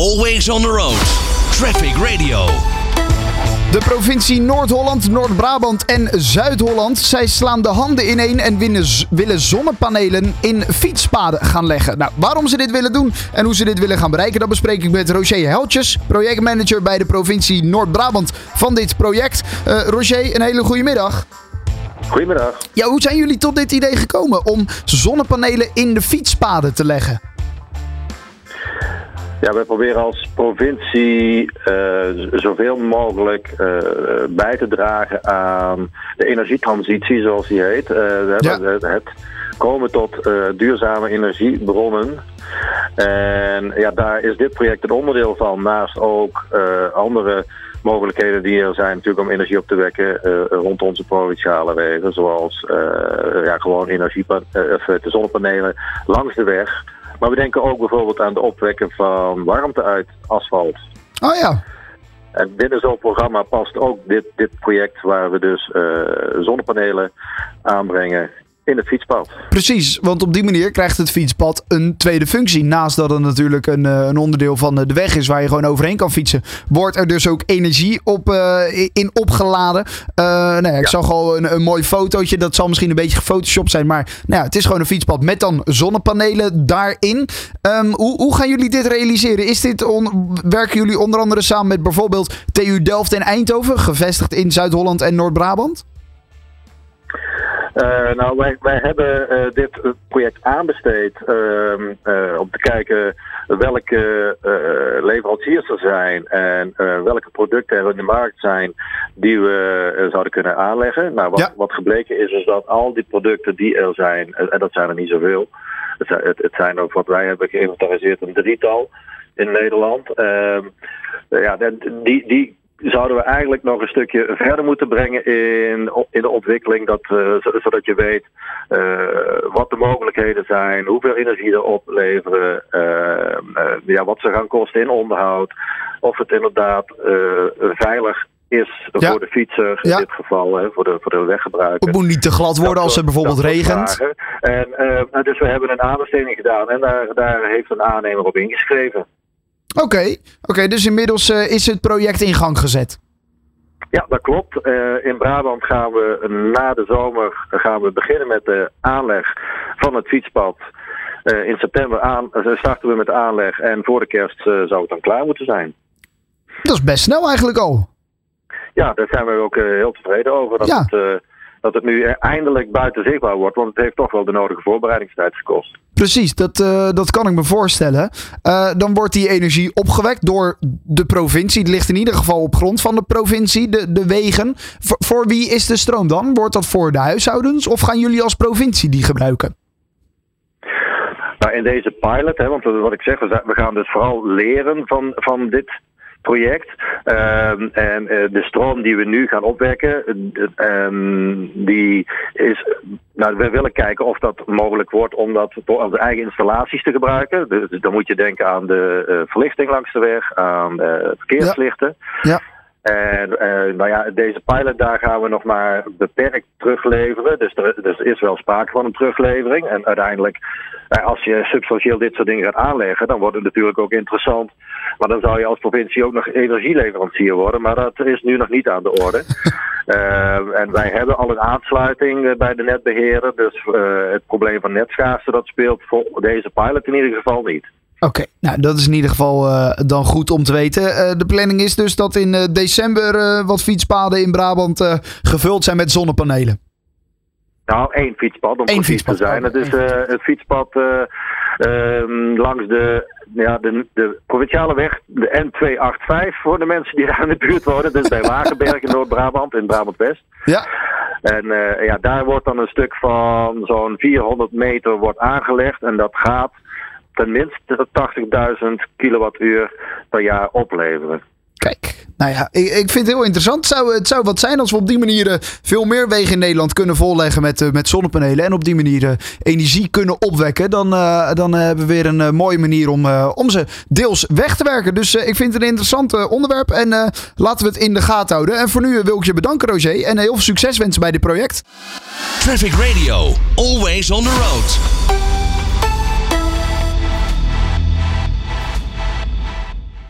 Always on the road. Traffic Radio. De provincie Noord-Holland, Noord-Brabant en Zuid-Holland, zij slaan de handen ineen en willen zonnepanelen in fietspaden gaan leggen. Nou, waarom ze dit willen doen en hoe ze dit willen gaan bereiken, dat bespreek ik met Roger Heltjes, projectmanager bij de provincie Noord-Brabant van dit project. Roger, een hele goede middag. Goedemiddag. Ja, hoe zijn jullie tot dit idee gekomen om zonnepanelen in de fietspaden te leggen? Ja, wij proberen als provincie zoveel mogelijk bij te dragen aan de energietransitie, zoals die heet. Het komen tot duurzame energiebronnen. En ja, daar is dit project een onderdeel van. Naast ook andere mogelijkheden die er zijn natuurlijk om energie op te wekken rond onze provinciale wegen. Zoals gewoon de zonnepanelen langs de weg. Maar we denken ook bijvoorbeeld aan het opwekken van warmte uit asfalt. Oh ja. En binnen zo'n programma past ook dit project waar we dus zonnepanelen aanbrengen in het fietspad. Precies, want op die manier krijgt het fietspad een tweede functie. Naast dat het natuurlijk een onderdeel van de weg is waar je gewoon overheen kan fietsen, wordt er dus ook energie in opgeladen. Ik zag al een mooi fotootje, dat zal misschien een beetje gefotoshopt zijn, maar het is gewoon een fietspad met dan zonnepanelen daarin. Hoe gaan jullie dit realiseren? Werken jullie onder andere samen met bijvoorbeeld TU Delft en Eindhoven, gevestigd in Zuid-Holland en Noord-Brabant? Wij hebben dit project aanbesteed om te kijken welke leveranciers er zijn en welke producten er in de markt zijn die we zouden kunnen aanleggen. Wat gebleken is dat al die producten die er zijn, en dat zijn er niet zoveel, het zijn ook wat wij hebben geïnventariseerd een drietal in Nederland. Die zouden we eigenlijk nog een stukje verder moeten brengen in de ontwikkeling, zodat je weet wat de mogelijkheden zijn, hoeveel energie er opleveren, wat ze gaan kosten in onderhoud, of het inderdaad veilig is voor de fietser in dit geval, voor de weggebruiker. Het moet niet te glad worden als het bijvoorbeeld regent. Dus we hebben een aanbesteding gedaan en daar heeft een aannemer op ingeschreven. Oké, dus inmiddels is het project in gang gezet. Ja, dat klopt. In Brabant gaan we na de zomer beginnen met de aanleg van het fietspad. In september starten we met de aanleg en voor de kerst zou het dan klaar moeten zijn. Dat is best snel eigenlijk al. Ja, daar zijn we ook heel tevreden over. Dat het nu eindelijk buiten zichtbaar wordt, want het heeft toch wel de nodige voorbereidingstijd gekost. Precies, dat kan ik me voorstellen. Dan wordt die energie opgewekt door de provincie. Het ligt in ieder geval op grond van de provincie, de wegen. Voor wie is de stroom dan? Wordt dat voor de huishoudens of gaan jullie als provincie die gebruiken? Nou, in deze pilot, want wat ik zeg, we gaan dus vooral leren van dit project. En de stroom die we nu gaan opwekken, die is. We willen kijken of dat mogelijk wordt om dat door onze eigen installaties te gebruiken. Dus dan moet je denken aan de verlichting langs de weg, aan de verkeerslichten. Ja. En deze pilot daar gaan we nog maar beperkt terugleveren. Dus er is wel sprake van een teruglevering. En uiteindelijk, als je substantieel dit soort dingen gaat aanleggen, dan wordt het natuurlijk ook interessant. Maar dan zou je als provincie ook nog energieleverancier worden. Maar dat is nu nog niet aan de orde. En wij hebben al een aansluiting bij de netbeheerder. Dus het probleem van netschaarste, dat speelt voor deze pilot in ieder geval niet. Oké, dat is in ieder geval dan goed om te weten. De planning is dus dat in december wat fietspaden in Brabant gevuld zijn met zonnepanelen. Nou, één fietspad om precies te zijn. Het is het fietspad langs de provinciale weg, de N285 voor de mensen die daar in de buurt wonen. Dus bij Wagenberg in Noord-Brabant, in Brabant-West. Ja. En daar wordt dan een stuk van zo'n 400 meter wordt aangelegd en dat gaat tenminste 80.000 kilowattuur per jaar opleveren. Kijk, ik vind het heel interessant. Het zou wat zijn als we op die manier veel meer wegen in Nederland kunnen volleggen met zonnepanelen. En op die manier energie kunnen opwekken. Dan hebben we weer een mooie manier om ze deels weg te werken. Dus ik vind het een interessant onderwerp. En laten we het in de gaten houden. En voor nu wil ik je bedanken, Roger. En heel veel succes wensen bij dit project. Traffic Radio. Always on the road.